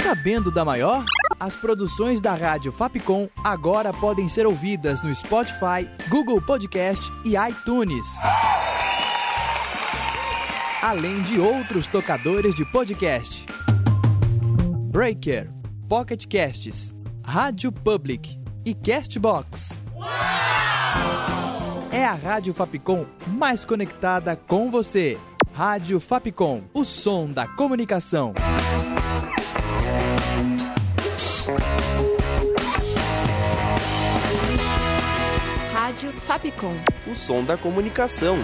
Sabendo da maior? As produções da Rádio Fapcom agora podem ser ouvidas no Spotify, Google Podcast e iTunes. Além de outros tocadores de podcast. Breaker, Pocket Casts, Rádio Public e Castbox. É a Rádio Fapcom mais conectada com você. Rádio Fapcom, o som da comunicação. Rádio Fapcom, o som da comunicação.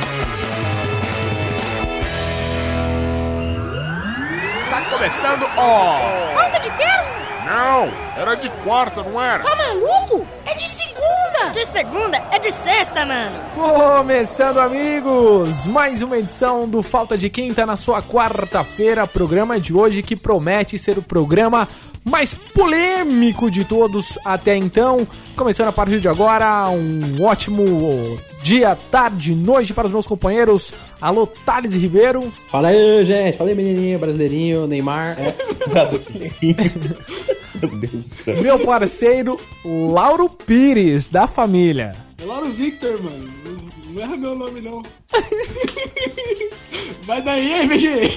Está começando, ó! Falta de terça? Não, era de quarta, não era? Tá maluco? É de segunda! De segunda? É de sexta, mano! Começando, amigos! Mais uma edição do Falta de Quinta na sua quarta-feira. Programa de hoje que promete ser o programa mais polêmico de todos até então. Começando a partir de agora, um ótimo dia, tarde, noite para os meus companheiros. Alô, Thales e Ribeiro. Fala aí, gente. Fala aí, menininho, brasileirinho, Neymar. Brasileirinho. Meu parceiro, Lauro Pires, da família. É Lauro Victor, mano. Não erra meu nome, não. Vai daí, hein, BG?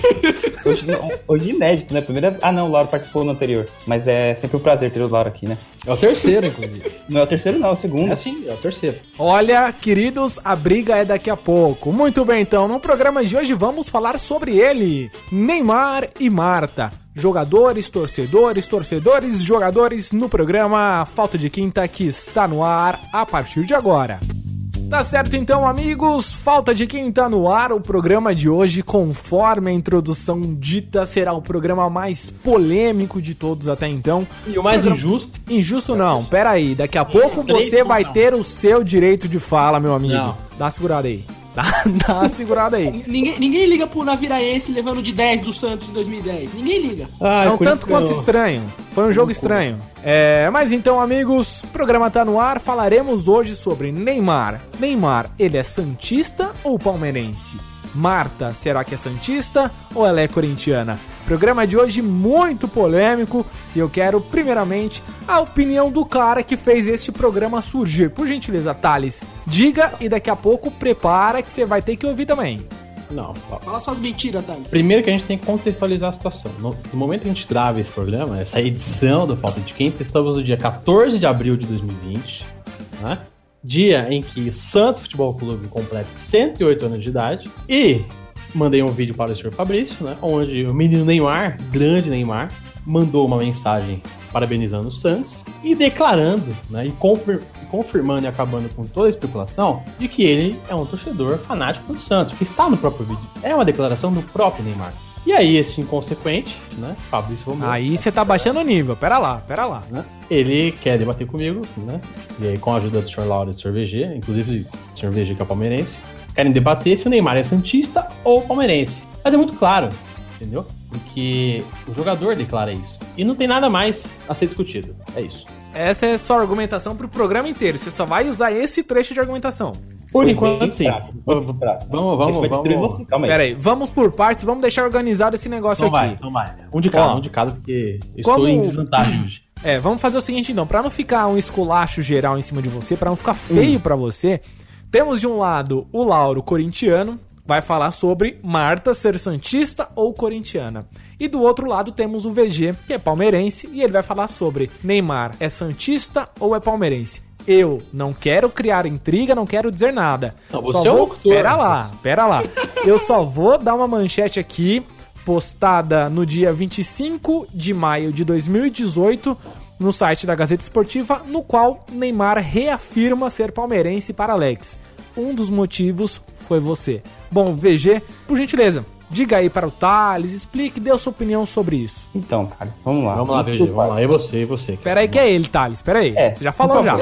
Hoje inédito, né? Primeira... Ah, não, o Lauro participou no anterior. Mas é sempre um prazer ter o Lauro aqui, né? É o terceiro, inclusive. Não é o terceiro, não, é o segundo. É sim, é o terceiro. Olha, queridos, a briga é daqui a pouco. Muito bem, então, no programa de hoje vamos falar sobre ele, Neymar e Marta. Jogadores, torcedores, jogadores no programa Falta de Quinta que está no ar a partir de agora. Tá certo então, amigos, Falta de Quinta no ar. O programa de hoje, conforme a introdução dita, será o programa mais polêmico de todos até então. E o mais injusto? Injusto não, pera aí, daqui a pouco você vai ter o seu direito de fala, meu amigo. Não. Dá uma segurada aí. Dá uma segurada aí. Ninguém liga pro Naviraense levando de 10 do Santos em 2010. Ninguém liga. É um tanto quanto estranho. Foi um jogo estranho. Mas então, amigos, o programa tá no ar. Falaremos hoje sobre Neymar. Neymar, ele é santista ou palmeirense? Marta, será que é santista ou ela é corintiana? Programa de hoje muito polêmico e eu quero, primeiramente, a opinião do cara que fez este programa surgir. Por gentileza, Thales, diga e daqui a pouco prepara que você vai ter que ouvir também. Não, fala suas mentiras, Thales. Primeiro que a gente tem que contextualizar a situação. No momento que a gente grava esse programa, essa edição do Falta de Quinta, estamos no dia 14 de abril de 2020, né? Dia em que Santos Futebol Clube completa 108 anos de idade. E mandei um vídeo para o senhor Fabrício, né? Onde o menino Neymar, grande Neymar, mandou uma mensagem parabenizando o Santos e declarando, né? E confirmando e acabando com toda a especulação de que ele é um torcedor fanático do Santos, que está no próprio vídeo. É uma declaração do próprio Neymar. E aí, esse inconsequente, né, Fabrício Romero... Aí você tá baixando o nível, pera lá. Né? Ele quer debater comigo, né? E aí, com a ajuda do Sr. Lauro e do Sr. VG, inclusive o Sr. VG que é palmeirense, querem debater se o Neymar é santista ou palmeirense. Mas é muito claro, entendeu? Porque o jogador declara isso. E não tem nada mais a ser discutido. É isso. Essa é sua argumentação pro programa inteiro. Você só vai usar esse trecho de argumentação. Por enquanto, sim. Vamos. Pera aí, vamos por partes, vamos deixar organizado esse negócio aqui. Então vai. Um de cada, porque eu estou em desvantagem hoje. Vamos fazer o seguinte então, pra não ficar um esculacho geral em cima de você, pra não ficar feio pra você, temos de um lado o Lauro corintiano, vai falar sobre Marta ser santista ou corintiana. E do outro lado temos o VG, que é palmeirense, e ele vai falar sobre Neymar é santista ou é palmeirense. Eu não quero criar intriga, não quero dizer nada. Não, você Pera lá. Eu só vou dar uma manchete aqui, postada no dia 25 de maio de 2018, no site da Gazeta Esportiva, no qual Neymar reafirma ser palmeirense para Alex. Um dos motivos foi você. Bom, VG, por gentileza, diga aí para o Thales, explique, dê a sua opinião sobre isso. Então, Thales, vamos lá. Vamos lá, VG, vamos lá. E você. Pera aí que é ele, Thales, pera aí. Você já falou já.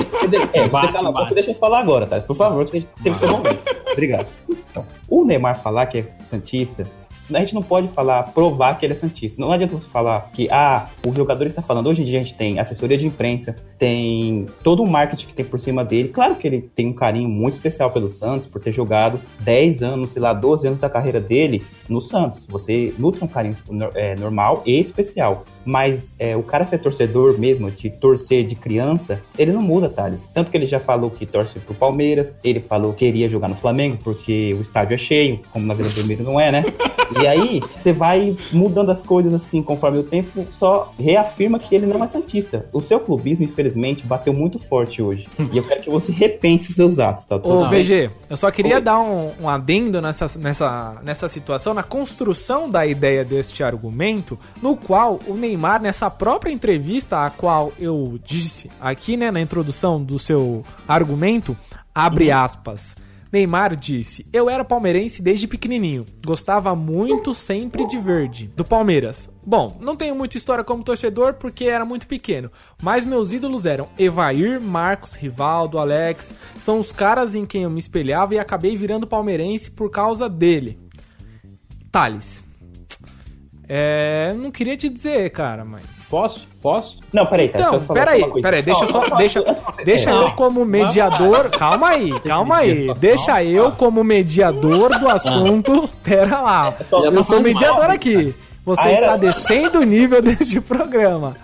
Deixa eu falar agora, Thales, por favor, que você tem que ser momento. Obrigado. Então, o Neymar falar que é santista A gente não pode provar que ele é santista. Não adianta você falar que, o jogador está falando. Hoje em dia a gente tem assessoria de imprensa, tem todo o marketing que tem por cima dele. Claro que ele tem um carinho muito especial pelo Santos, por ter jogado 10 anos, 12 anos da carreira dele no Santos. Você nutre um carinho normal e especial. Mas o cara ser torcedor mesmo, de torcer de criança, ele não muda, Thales. Tanto que ele já falou que torce pro Palmeiras, ele falou que queria jogar no Flamengo, porque o estádio é cheio, como na Vila Belmiro não é, né? E aí, você vai mudando as coisas assim, conforme o tempo, só reafirma que ele não é santista. O seu clubismo, infelizmente, bateu muito forte hoje. E eu quero que você repense seus atos, tá? Ô, VG, eu só queria dar um adendo nessa situação, na construção da ideia deste argumento, no qual o Neymar, nessa própria entrevista, a qual eu disse aqui, né, na introdução do seu argumento, abre aspas, Neymar disse, eu era palmeirense desde pequenininho, gostava muito sempre de verde, do Palmeiras. Bom, não tenho muita história como torcedor porque era muito pequeno, mas meus ídolos eram Evair, Marcos, Rivaldo, Alex, são os caras em quem eu me espelhava e acabei virando palmeirense por causa dele. Thales, não queria te dizer, cara, mas... Posso? Não, peraí. Então, peraí, deixa eu como mediador... Calma aí. Deixa eu como mediador do assunto... Pera lá, eu sou mediador aqui. Você está descendo o nível deste programa.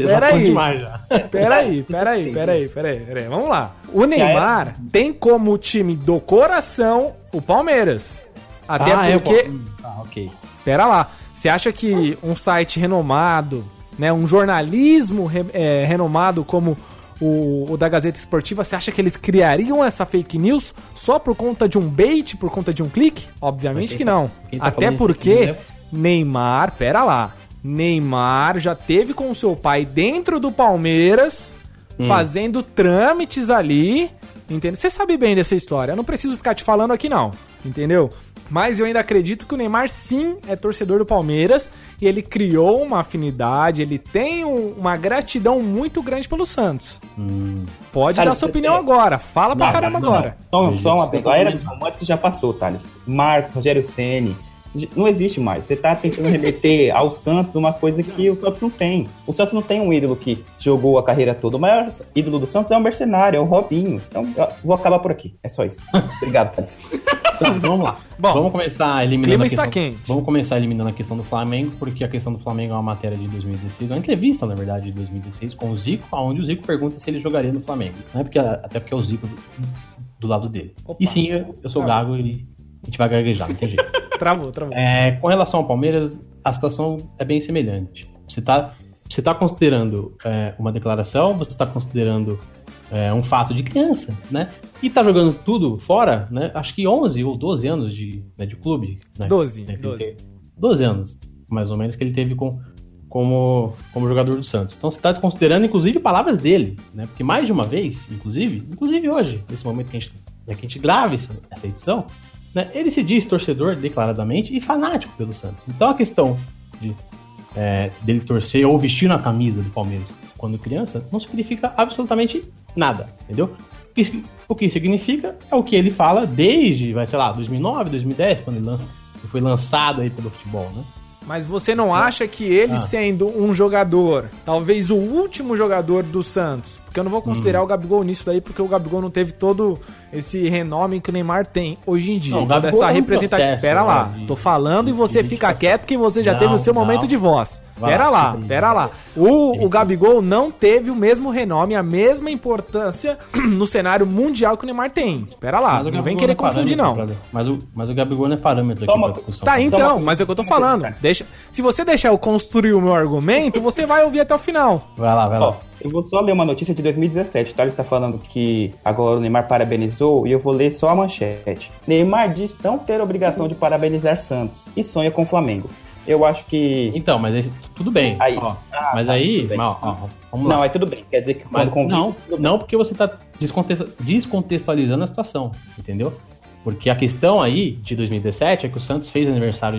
Peraí. Vamos lá. O Neymar tem como time do coração o Palmeiras. Até porque... ok. Pera lá. Você acha que um site renomado, né, um jornalismo renomado como o da Gazeta Esportiva, você acha que eles criariam essa fake news só por conta de um bait, por conta de um clique? Obviamente que não. Até porque Neymar, pera lá, Neymar já teve com seu pai dentro do Palmeiras, fazendo trâmites ali, entendeu? Você sabe bem dessa história, eu não preciso ficar te falando aqui não, entendeu? Mas eu ainda acredito que o Neymar sim é torcedor do Palmeiras e ele criou uma afinidade, ele tem uma gratidão muito grande pelo Santos. Pode dar sua opinião agora, fala pra caramba agora. Só uma vez, a era do romântico já passou, Thales. Marcos, Rogério Ceni, não existe mais. Você tá tentando remeter ao Santos uma coisa que o Santos não tem. O Santos não tem um ídolo que jogou a carreira toda. O maior ídolo do Santos é um mercenário, é o Robinho. Então, eu vou acabar por aqui. É só isso. Obrigado, Thales. Então, vamos lá. Bom, vamos começar eliminando a questão. Vamos começar eliminando a questão do Flamengo, porque a questão do Flamengo é uma matéria de 2016, uma entrevista, na verdade, de 2016, com o Zico, onde o Zico pergunta se ele jogaria no Flamengo. Não é até porque é o Zico do lado dele. Opa. E sim, eu sou gago e a gente vai gaguejar, não tem jeito. Travou. Com relação ao Palmeiras, a situação é bem semelhante. Você tá considerando uma declaração, você está considerando um fato de criança, né? E tá jogando tudo fora, né? Acho que 11 ou 12 anos de clube. Né? 12 anos, mais ou menos, que ele teve como jogador do Santos. Então você tá desconsiderando, inclusive, palavras dele, né? Porque mais de uma vez, inclusive hoje, nesse momento que a gente grava essa edição, né? Ele se diz torcedor declaradamente e fanático pelo Santos. Então a questão dele torcer ou vestir na camisa do Palmeiras quando criança não significa absolutamente nada, entendeu? O que significa é o que ele fala desde, 2009, 2010, quando ele foi lançado aí pelo futebol, né? Mas você não acha que ele sendo um jogador, talvez o último jogador do Santos, porque eu não vou considerar o Gabigol nisso daí, porque o Gabigol não teve todo esse renome que o Neymar tem hoje em dia. Toda essa representação. Pera lá, tô falando e você fica quieto que você já teve o seu momento de voz. Pera lá. O Gabigol não teve o mesmo renome, a mesma importância no cenário mundial que o Neymar tem. Pera lá, não vem querer confundir não. Mas o Gabigol não é parâmetro aqui pra discussão. Tá, então, mas é o que eu tô falando. Se você deixar eu construir o meu argumento, você vai ouvir até o final. Vai lá. Eu vou só ler uma notícia de 2017, tá? Ele está falando que agora o Neymar parabenizou e eu vou ler só a manchete. Neymar diz não ter obrigação de parabenizar Santos e sonha com o Flamengo. Eu acho que... Então, mas aí, tudo bem. Aí, vamos lá. Não, é tudo bem. Quer dizer que quando não, porque você está descontextualizando a situação, entendeu? Porque a questão aí de 2017 é que o Santos fez aniversário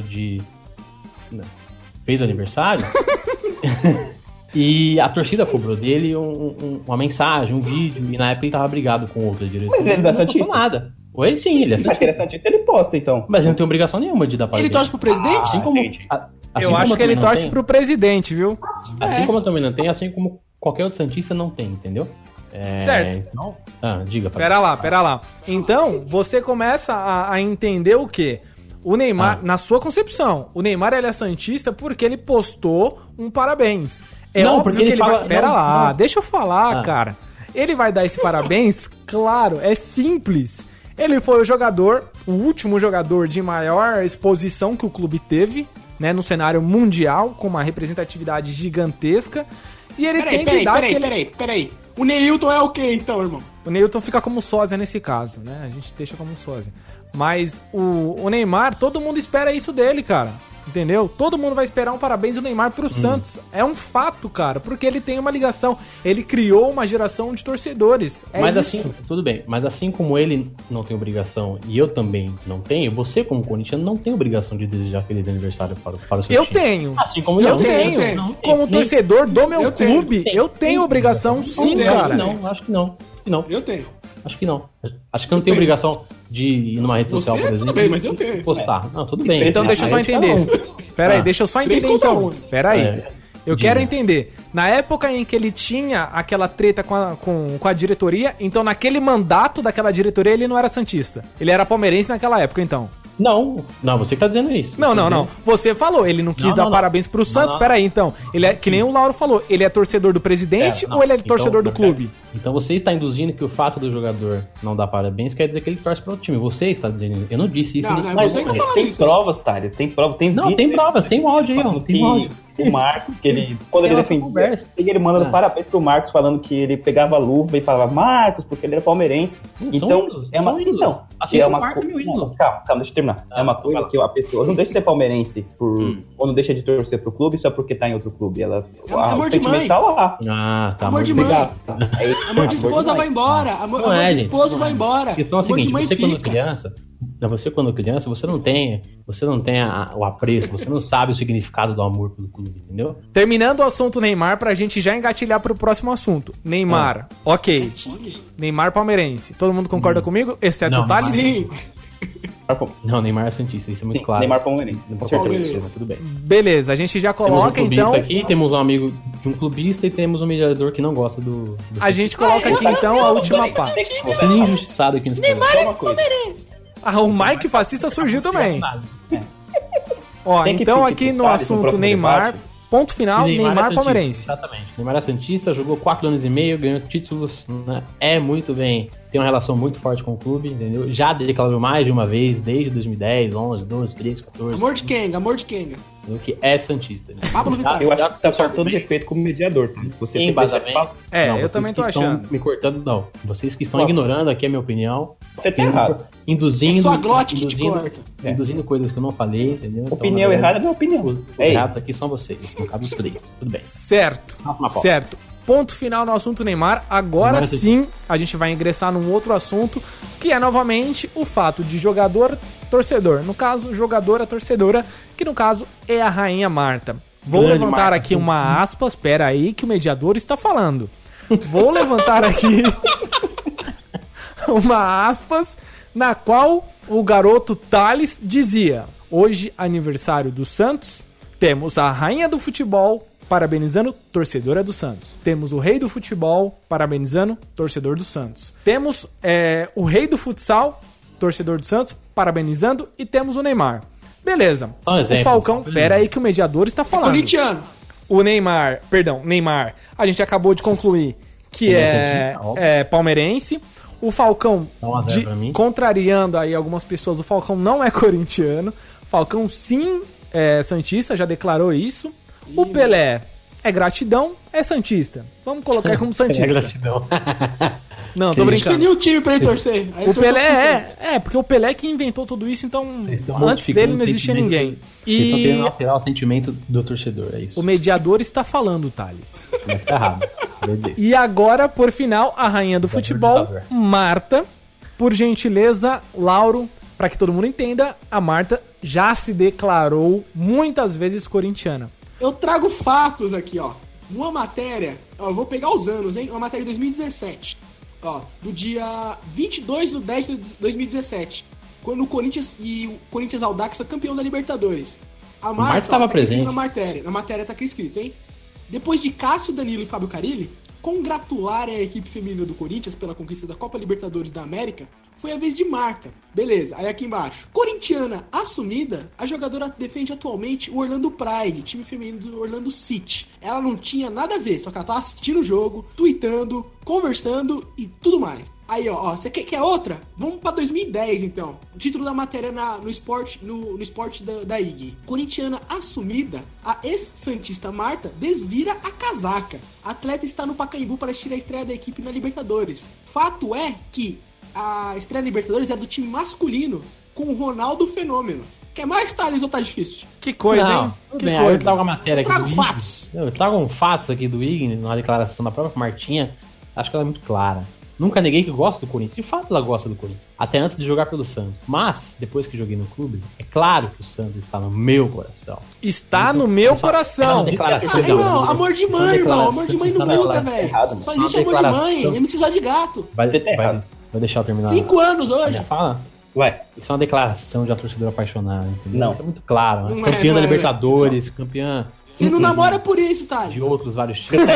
e a torcida cobrou dele uma mensagem, um vídeo, e na época ele tava brigado com outra diretora. Mas ele não é santista. Nada. Oi, sim, ele é Mas ele é santista, ele posta, então. Mas ele não tem obrigação nenhuma de dar parabéns. Ele torce pro presidente? Assim como, Eu acho que ele torce pro presidente, viu? Assim como eu também não tenho, assim como qualquer outro santista não tem, entendeu? Certo. Então, diga. Pera lá. Então, você começa a entender o quê? O Neymar, na sua concepção, o Neymar ele é santista porque ele postou um parabéns. É Não, óbvio porque que ele ele fala- vai... Pera não, lá, não. deixa eu falar, cara. Ele vai dar esse parabéns? Claro, é simples. Ele foi o último jogador de maior exposição que o clube teve, né, no cenário mundial, com uma representatividade gigantesca. E ele tem que dar Peraí. O Neilton é o quê, então, irmão? O Neilton fica como sósia nesse caso, né? A gente deixa como sósia. Mas o Neymar, todo mundo espera isso dele, cara. Entendeu? Todo mundo vai esperar um parabéns do Neymar pro Santos. É um fato, cara, porque ele tem uma ligação. Ele criou uma geração de torcedores. É Mas isso. assim, tudo bem. Mas assim como ele não tem obrigação e eu também não tenho, você como corintiano não tem obrigação de desejar feliz aniversário para o seu Eu time. tenho. Assim como Eu não. tenho. Não, Como nem- torcedor do meu Eu tenho. clube, eu tenho obrigação sim, tenho. cara. Não, acho que não. Eu tenho. Acho que não. Acho que eu não tenho obrigação de ir numa rede social, Você, por tudo exemplo. bem, mas eu tenho. Postar. Não, tudo bem. Então deixa eu só Aí cada entender. Pera aí, Ah. deixa eu só 3 entender contra então. 1. Pera aí. Eu Diga. quero entender. Na época em que ele tinha aquela treta com a diretoria, então naquele mandato daquela diretoria ele não era santista. Ele era palmeirense naquela época, então. Não, você que tá dizendo isso. Não, Você não, tá não. Você falou, ele não quis Não, dar não, parabéns pro Santos. não. Pera aí, então. Ele é que nem o Lauro falou. Ele é torcedor do presidente Não, ou ele é então, torcedor do clube? Então você está induzindo que o fato do jogador não dar parabéns quer dizer que ele torce para o time. Você está dizendo isso. Eu não disse isso. Não, nem- não, Mas você que tá falando tem isso. provas, Thales, tem provas, tem Não, vídeo. tem provas, tem um áudio aí, ó. falando Tem que um áudio. o Marcos, que ele, quando ele Tem essa defendia, conversa. ele mandando parabéns pro Marcos, falando que ele pegava a luva e falava Marcos, porque ele era palmeirense. Então, ídolos, é uma são ídolos. então, Assim é como uma o Marcos é meu ídolo. Não, calma, deixa eu terminar. É uma coisa fala. que a pessoa não deixa de ser palmeirense ou não deixa de torcer pro clube só porque tá em outro clube. Ela, amor o de sentimento mãe. tá lá. Tá. Amor de muito mãe. legal. É isso, Amor de esposa vai embora. Amor Não é, de gente, esposo não vai é. embora. A questão é a Amor de seguinte, mãe você quando fica. criança, você não tem o apreço, você não sabe o significado do amor pelo clube, entendeu? Terminando o assunto Neymar, pra gente já engatilhar pro próximo assunto. Neymar, ok. Neymar palmeirense. Todo mundo concorda comigo? Exceto Não, o Thales? Sim. Não, Neymar é santista, isso é muito Sim, claro. Neymar palmeirense. Com Palmeirense. certeza, tudo bem. Beleza, a gente já Temos um coloca clubista então. aqui, temos um amigo de um clubista e temos um mediador que não gosta do A gente coloca aqui então a última parte. Você é injustiçado aqui nesse programa. Só uma coisa. Ah, o Mike fascista surgiu também. Ó, Tem que então pedir aqui pro no Thales no assunto próximo Neymar, debate. ponto final, E Neymar, é santista, palmeirense. Exatamente. Neymar é santista, jogou 4 anos e meio, ganhou títulos, né? É muito bem, tem uma relação muito forte com o clube, entendeu? Já declarou mais de uma vez, desde 2010, 11, 12, 13, 14. Amor de Kenga. entendeu? Que é santista. Né? Pablo Vittar. Eu acho que tá faltando respeito como mediador. Tá? Você Tem tem que deixar- embasamento. É, eu vocês também tô que estão achando. me cortando, não. Vocês que estão Ó, ignorando aqui a minha opinião. Você tá errado. Induzindo. É sua glote que te corta. Induzindo coisas que eu não falei, entendeu? Então, Opinião na verdade, errada é minha opinião. Os É errados aqui são vocês, no caso dos três. Tudo bem. Certo, Próxima pauta. certo. Ponto final no assunto Neymar. Agora Neymar é sim, a gente vai ingressar num outro assunto, que é novamente o fato de jogador-torcedor. No caso, jogadora-torcedora, que no caso é a Rainha Marta. Vou Grande levantar Marta, aqui uma aspas, pera aí que o mediador está falando. Vou levantar aqui uma aspas na qual o garoto Thales dizia: hoje, aniversário do Santos, temos a rainha do futebol parabenizando torcedora do Santos. Temos o rei do futebol parabenizando torcedor do Santos. Temos o rei do futsal, torcedor do Santos, parabenizando, e temos o Neymar. Beleza. Só um exemplo, O Falcão, só. pera aí que o mediador está falando. Corintiano. O Neymar, a gente acabou de concluir que Ele é é, santista, óbvio. palmeirense. O Falcão, Dá 1 a 0 pra mim. contrariando aí algumas pessoas, o Falcão não é corintiano. Falcão sim é santista, já declarou isso. O Pelé é gratidão, é santista. Vamos colocar aí como É santista. gratidão. Não, tô Sim. brincando. Escolhi o time pra ele torcer. Aí ele O torceu Pelé pro Santos. porque o Pelé que inventou tudo isso, então Estão antes dele não existia modificando o ninguém. sentimento. Vocês estão querendo E alterar o sentimento do torcedor, é isso. o mediador está falando, Thales. Mas tá errado. Quer dizer, E agora, por final, a rainha do futebol, ditador. Marta. Por gentileza, Lauro, para que todo mundo entenda, a Marta já se declarou muitas vezes corintiana. Eu trago fatos aqui, ó. Uma matéria, ó, eu vou pegar os anos, hein? Uma matéria de 2017. ó, do dia 22 de 10 de 2017, quando o Corinthians Audax foi campeão da Libertadores. A Marta estava presente. Na matéria tá aqui escrito, hein? Depois de Cássio, Danilo e Fábio Carille congratularem a equipe feminina do Corinthians pela conquista da Copa Libertadores da América, foi a vez de Marta. Beleza, aí aqui embaixo. Corintiana assumida, a jogadora defende atualmente o Orlando Pride, time feminino do Orlando City. Ela não tinha nada a ver, só que ela tava assistindo o jogo, tweetando, conversando e tudo mais. Aí, ó, você quer outra? Vamos pra 2010, então. O título da matéria no esporte da IG. Corintiana assumida, a ex-santista Marta desvira a casaca. A atleta está no Pacaembu para assistir a estreia da equipe na Libertadores. Fato é que a estreia na Libertadores é do time masculino, com o Ronaldo Fenômeno. Quer mais, Thales, ou tá difícil? Que coisa, não, hein? Tudo Que bem, coisa. aí eu trago uma matéria aqui. Trago fatos. Eu trago fatos aqui do Igni, numa declaração da própria Martinha. Acho que ela é muito clara. Nunca neguei que gosto do Corinthians. De fato, ela gosta do Corinthians. Até antes de jogar pelo Santos. Mas, depois que joguei no clube, é claro que o Santos está no meu coração. Está no meu coração. Declaração, irmão, amor de mãe, irmão. Amor de mãe não muda, velho. Só existe amor de mãe. É precisar de gato. Vai deixar eu terminar. 5 anos hoje. Fala. Ué, Isso é uma declaração de uma torcedora apaixonada, entendeu? Não. Isso é muito claro. Não Né? é, Campeã não da é, Libertadores, campeã Você não namora por isso, Thales. de outros vários times.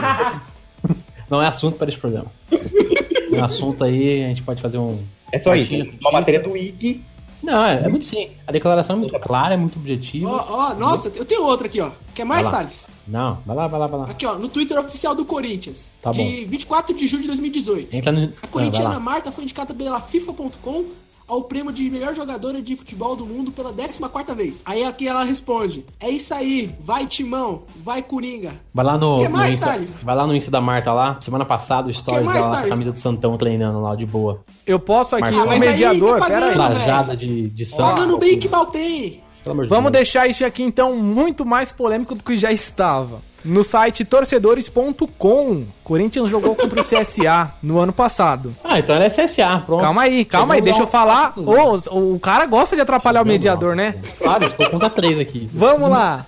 Não é assunto para esse programa. É um assunto aí, a gente pode fazer um... é só isso. Uma matéria do IG. Não, é muito sim. A declaração é muito clara, é muito objetiva. Nossa, eu tenho outra aqui, ó. Quer mais, Vai lá. Thales? Não, vai lá. Aqui, ó, no Twitter oficial do Corinthians. Tá bom. De 24 de julho de 2018. Entra no... A corintiana vai lá. Marta foi indicada pela FIFA.com ao prêmio de melhor jogadora de futebol do mundo pela 14ª vez. Aí aqui ela responde: é isso aí, vai Timão, vai Coringa. Vai lá no, Quer mais, no Insta, Thales? vai lá no Insta da Marta lá. Semana passada, o stories mais, dela lá com a Thales? camisa do Santão treinando lá de boa. Eu posso aqui, Marcão. o Mas aí mediador, tá pera aí. pagando. Trajada de santo. Pagando bem que mal tem. Pelo amor de Vamos Deus. deixar isso aqui, então, muito mais polêmico do que já estava. No site torcedores.com, Corinthians jogou contra o CSA no ano passado. Ah, então era CSA, pronto. Calma aí, deixa eu falar. O cara gosta de atrapalhar o mediador, né? Claro, eu tô contra 3 aqui. Vamos lá.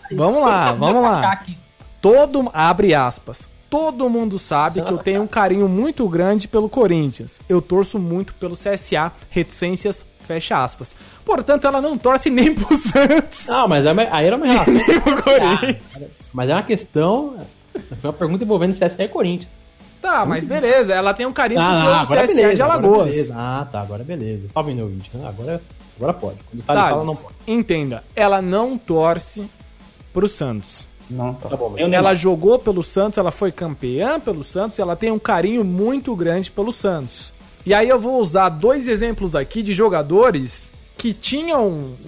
Abre aspas. Todo mundo sabe que eu tenho um carinho muito grande pelo Corinthians. Eu torço muito pelo CSA, reticências, fecha aspas. Portanto, ela não torce nem pro Santos. Não, mas aí era uma relação. Nem pro Corinthians. Mas é uma questão. Foi uma pergunta envolvendo CSA e Corinthians. Tá, mas beleza. Ela tem um carinho porque o agora CSA beleza, de agora Alagoas. beleza. Ah, tá, agora beleza. Tá vendo o vídeo, né? Agora pode. Quando o Thales fala, não pode. Entenda, ela não torce pro Santos. Não, Tá bom, mas Ela jogou pelo Santos, ela foi campeã pelo Santos e ela tem um carinho muito grande pelo Santos. E aí eu vou usar 2 exemplos aqui de jogadores que tinham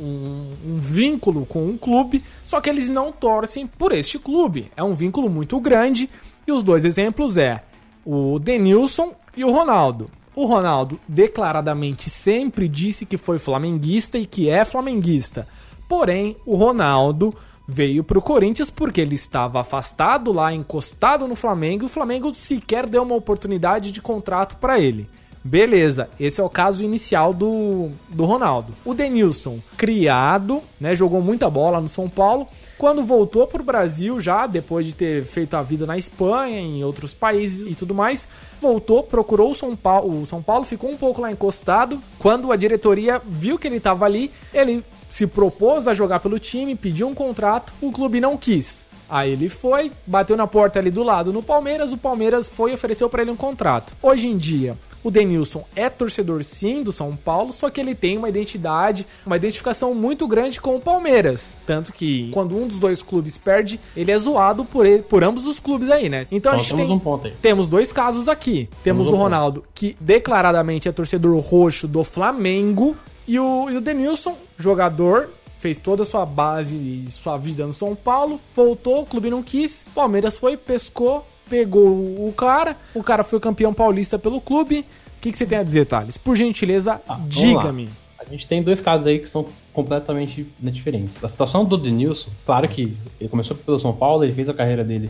um vínculo com um clube, só que eles não torcem por este clube. É um vínculo muito grande e os 2 exemplos é o Denilson e o Ronaldo. O Ronaldo declaradamente sempre disse que foi flamenguista e que é flamenguista. Porém, o Ronaldo veio pro Corinthians porque ele estava afastado lá, encostado no Flamengo, e o Flamengo sequer deu uma oportunidade de contrato para ele. Beleza, esse é o caso inicial do Ronaldo. O Denilson, criado, né, jogou muita bola no São Paulo. Quando voltou pro Brasil, já depois de ter feito a vida na Espanha, em outros países e tudo mais, voltou, procurou o São Paulo ficou um pouco lá encostado. Quando a diretoria viu que ele estava ali, ele se propôs a jogar pelo time, pediu um contrato, o clube não quis. Aí ele foi, bateu na porta ali do lado no Palmeiras, o Palmeiras foi e ofereceu para ele um contrato. Hoje em dia, o Denilson é torcedor sim do São Paulo, só que ele tem uma identificação muito grande com o Palmeiras. Tanto que quando um dos 2 clubes perde, ele é zoado por ambos os clubes aí, né? Então a gente temos 2 casos aqui. Temos o Ronaldo, que declaradamente é torcedor roxo do Flamengo, e o Denilson, jogador, fez toda a sua base e sua vida no São Paulo, voltou, o clube não quis, o Palmeiras foi, pescou, pegou o cara foi campeão paulista pelo clube. O que você tem a dizer, Thales? Por gentileza, diga-me. A gente tem 2 casos aí que são completamente diferentes. A situação do Denilson, claro que ele começou pelo São Paulo, ele fez a carreira dele,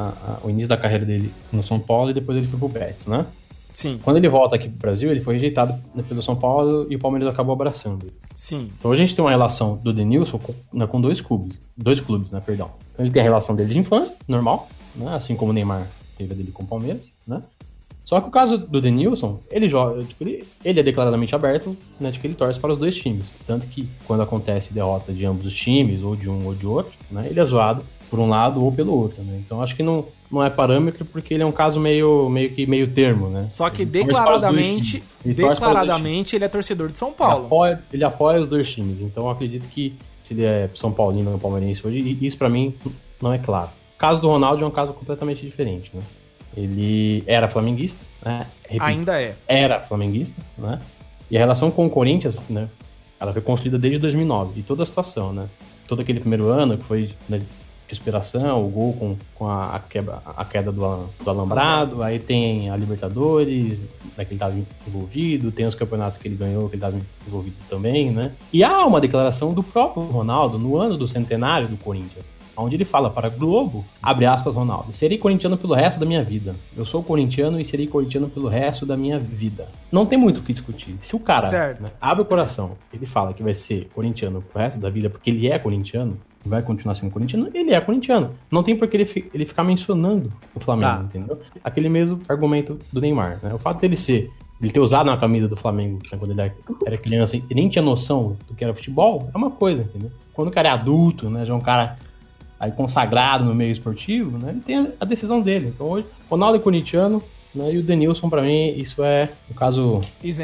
o início da carreira dele no São Paulo e depois ele foi pro Betis, né? Sim. Quando ele volta aqui pro Brasil, ele foi rejeitado pelo São Paulo e o Palmeiras acabou abraçando ele. Sim. Então a gente tem uma relação do Denilson com 2 clubes. 2 clubes, né? Perdão. Então ele tem a relação dele de infância, normal, né? Assim como o Neymar teve a dele com o Palmeiras, né? Só que o caso do Denilson, ele joga, tipo, ele é declaradamente aberto, né, de que ele torce para os dois times. Tanto que quando acontece derrota de ambos os times, ou de um ou de outro, né, ele é zoado por um lado ou pelo outro, né? Então acho que não é parâmetro porque ele é um caso meio termo, né? Só que declaradamente ele é torcedor de São Paulo. Ele apoia os dois times. Então eu acredito que se ele é São Paulino ou palmeirense hoje, isso pra mim não é claro. O caso do Ronaldo é um caso completamente diferente, né? Ele era flamenguista, né? Repito, ainda é. Era flamenguista, né? E a relação com o Corinthians, né? Ela foi construída desde 2009, de toda a situação, né? Todo aquele primeiro ano que foi, né, de inspiração, o gol com a queda do alambrado, aí tem a Libertadores, né, que ele estava envolvido, tem os campeonatos que ele ganhou, que ele estava envolvido também, né? E há uma declaração do próprio Ronaldo no ano do centenário do Corinthians, onde ele fala para a Globo, abre aspas, Ronaldo, serei corintiano pelo resto da minha vida. Eu sou corintiano e serei corintiano pelo resto da minha vida. Não tem muito o que discutir. Se o cara, né, abre o coração, ele fala que vai ser corintiano pro resto da vida, porque ele é corintiano, vai continuar sendo corintiano, ele é corintiano. Não tem por que ele ficar mencionando o Flamengo, entendeu? Aquele mesmo argumento do Neymar, né? O fato dele ter usado uma camisa do Flamengo, né, quando ele era criança e nem tinha noção do que era futebol, é uma coisa, entendeu? Quando o cara é adulto, né, já é um cara aí consagrado no meio esportivo, né, ele tem a decisão dele. Então hoje, Ronaldo é corintiano, né, e o Denilson, pra mim, isso é, no caso...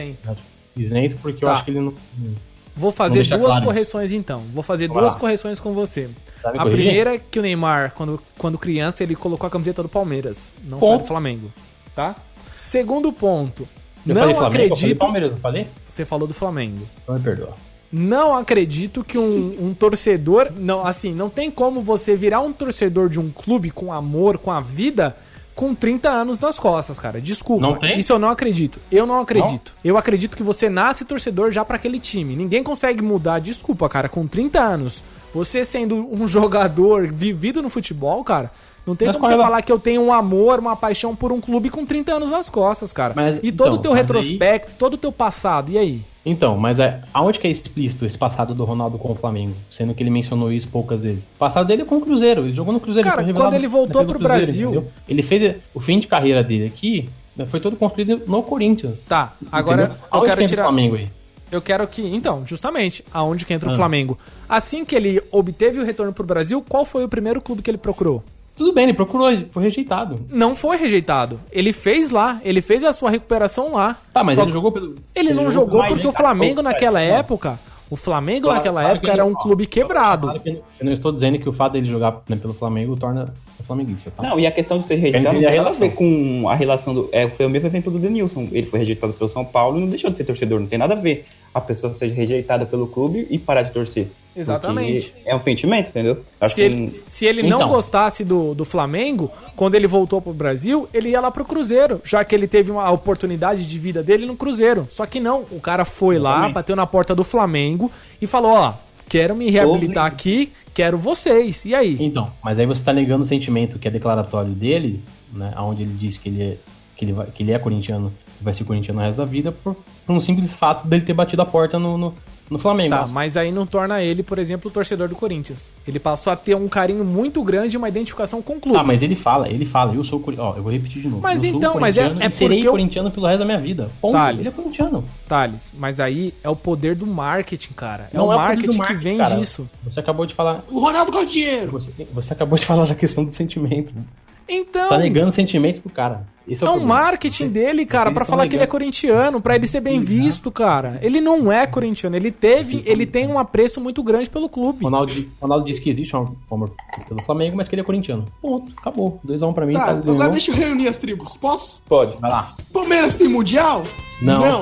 Isento, porque eu acho que ele não... Vou fazer duas correções, então. Vou fazer duas correções com você. A primeira é que o Neymar, quando criança, ele colocou a camiseta do Palmeiras, não foi do Flamengo, tá? Segundo ponto, não acredito... Eu falei Palmeiras, não falei? Você falou do Flamengo. Então me perdoa. Não acredito que um torcedor... Não, assim, não tem como você virar um torcedor de um clube com amor, com a vida, com 30 anos nas costas, cara. Desculpa. Não tem? Isso eu não acredito. Eu não acredito. Não? Eu acredito que você nasce torcedor já pra aquele time. Ninguém consegue mudar. Desculpa, cara. Com 30 anos, você sendo um jogador vivido no futebol, cara... Não tem como você falar que eu tenho um amor, uma paixão por um clube com 30 anos nas costas, cara. E todo o teu retrospecto, todo o teu passado, e aí? Então, mas aonde que é explícito esse passado do Ronaldo com o Flamengo? Sendo que ele mencionou isso poucas vezes. O passado dele é com o Cruzeiro, ele jogou no Cruzeiro. Cara, quando ele voltou pro Brasil... Entendeu? Ele fez o fim de carreira dele aqui, foi todo construído no Corinthians. Tá, agora eu quero tirar... o Flamengo aí? Eu quero que... Então, justamente, aonde que entra o Flamengo? Assim que ele obteve o retorno pro Brasil, qual foi o primeiro clube que ele procurou? Tudo bem, ele procurou, ele foi rejeitado. Não foi rejeitado. Ele fez lá, ele fez a sua recuperação lá. Tá, mas ele jogou pelo... Ele não jogou porque o Flamengo naquela época... O Flamengo naquela época era um clube quebrado. Eu não estou dizendo que o fato dele jogar pelo Flamengo torna o flamenguista, tá? Não, e a questão de ser rejeitado não tem nada a ver com a relação do... foi o mesmo exemplo do Denilson. Ele foi rejeitado pelo São Paulo e não deixou de ser torcedor. Não tem nada a ver a pessoa ser rejeitada pelo clube e parar de torcer. Exatamente. É um sentimento, entendeu? Se ele não gostasse do Flamengo, quando ele voltou pro Brasil, ele ia lá pro Cruzeiro, já que ele teve uma oportunidade de vida dele no Cruzeiro. Só que não, o cara foi lá, bateu na porta do Flamengo e falou, ó, quero me reabilitar aqui, quero vocês. E aí? Então, mas aí você tá negando o sentimento que é declaratório dele, né, onde ele diz que ele é corintiano, vai ser corintiano o resto da vida, por um simples fato dele ter batido a porta no Flamengo. Tá, mas aí não torna ele, por exemplo, o torcedor do Corinthians. Ele passou a ter um carinho muito grande e uma identificação com o clube. Ah, mas ele fala, eu sou corintiano. Ó, eu vou repetir de novo. Mas então, mas é serei corintiano pelo resto da minha vida. Ponto. Thales, ele é corintiano. Thales, mas aí é o poder do marketing, cara. É o marketing que vem disso. Você acabou de falar... O Ronaldo gosta de dinheiro. Você acabou de falar da questão do sentimento. Então... Tá negando o sentimento do cara. Esse é o marketing dele, cara, pra falar que ele é corintiano, pra ele ser bem visto, cara. Ele não é corintiano, ele tem um apreço muito grande pelo clube. Ronaldo disse que existe um amor pelo Flamengo, mas que ele é corintiano. Ponto, acabou. 2-1 pra mim. Tá, agora deixa eu reunir as tribos, posso? Pode, vai lá. Palmeiras tem mundial? Não.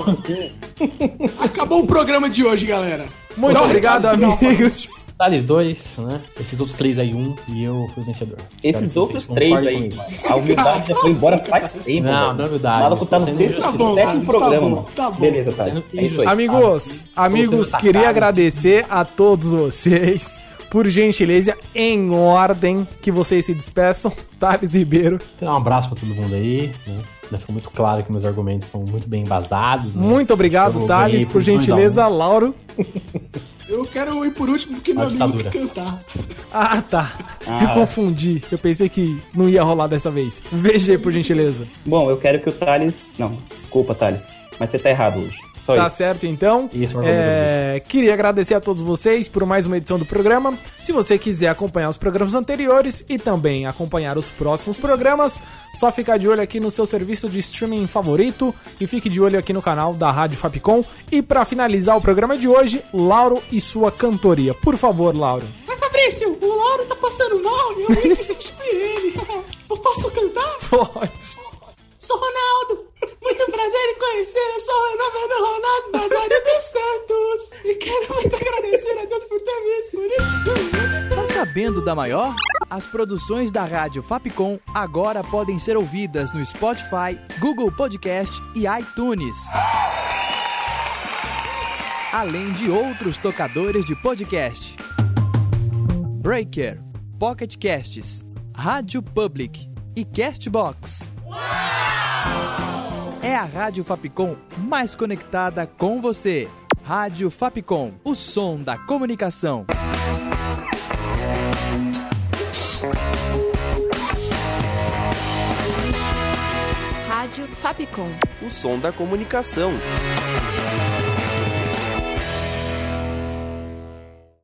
Acabou o programa de hoje, galera. Muito obrigado, amigos. Thales 2, né? Esses outros 3 aí, 1 e eu fui o vencedor. Esses outros 3 aí, a humildade já foi embora faz tempo. Não é humildade. O maluco tá no sétimo programa. Tá bom. Beleza, Thales. É isso aí. Amigos, queria agradecer a todos vocês. Por gentileza, em ordem, que vocês se despeçam. Thales Ribeiro. Um abraço pra todo mundo aí, né? Ficou muito claro que meus argumentos são muito bem embasados. Né? Muito obrigado, Thales. Por gentileza, Lauro. Eu quero ir por último porque meu amigo quer cantar. Ah, tá. Eu confundi. Eu pensei que não ia rolar dessa vez. VG, por gentileza. Bom, eu quero que o Thales... Não, desculpa, Thales. Mas você tá errado hoje. Só tá isso. Certo, então. Isso, queria agradecer a todos vocês por mais uma edição do programa. Se você quiser acompanhar os programas anteriores e também acompanhar os próximos programas, só ficar de olho aqui no seu serviço de streaming favorito e fique de olho aqui no canal da Rádio Fapcom. E para finalizar o programa de hoje, Lauro e sua cantoria. Por favor, Lauro. Mas Fabrício, o Lauro tá passando mal e eu nem esqueci de ele. Eu posso cantar? Pode. Sou Ronaldo, muito prazer em conhecer, eu sou o renomeado Ronaldo Nazário dos Santos e quero muito agradecer a Deus por ter me escolhido. Tá sabendo da maior? As produções da Rádio Fapcom agora podem ser ouvidas no Spotify, Google Podcast e iTunes. Além de outros tocadores de podcast. Breaker, Pocket Casts, Rádio Public e Castbox. É a Rádio Fapcom mais conectada com você. Rádio Fapcom, o som da comunicação. Rádio Fapcom, o som da comunicação.